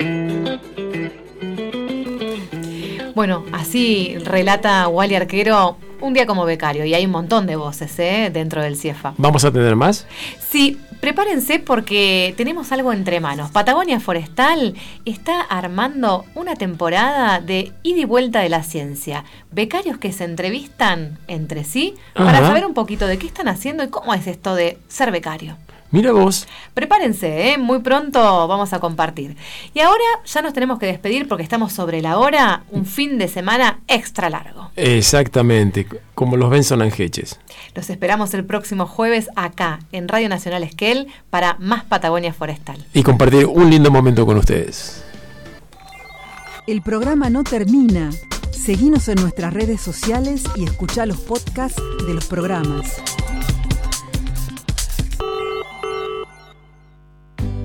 Bueno, así relata Wally Arquero un día como becario, y hay un montón de voces dentro del CIEFA. ¿Vamos a tener más? Sí, prepárense porque tenemos algo entre manos. Patagonia Forestal está armando una temporada de ida y vuelta de la ciencia. Becarios que se entrevistan entre sí para saber un poquito de qué están haciendo y cómo es esto de ser becario. Mira vos. Prepárense, muy pronto vamos a compartir. Y ahora ya nos tenemos que despedir porque estamos sobre la hora, un fin de semana extra largo. Exactamente, como los Benson Angeches. Los esperamos el próximo jueves acá, en Radio Nacional Esquel, para más Patagonia Forestal. Y compartir un lindo momento con ustedes. El programa no termina. Seguinos en nuestras redes sociales y escuchá los podcasts de los programas.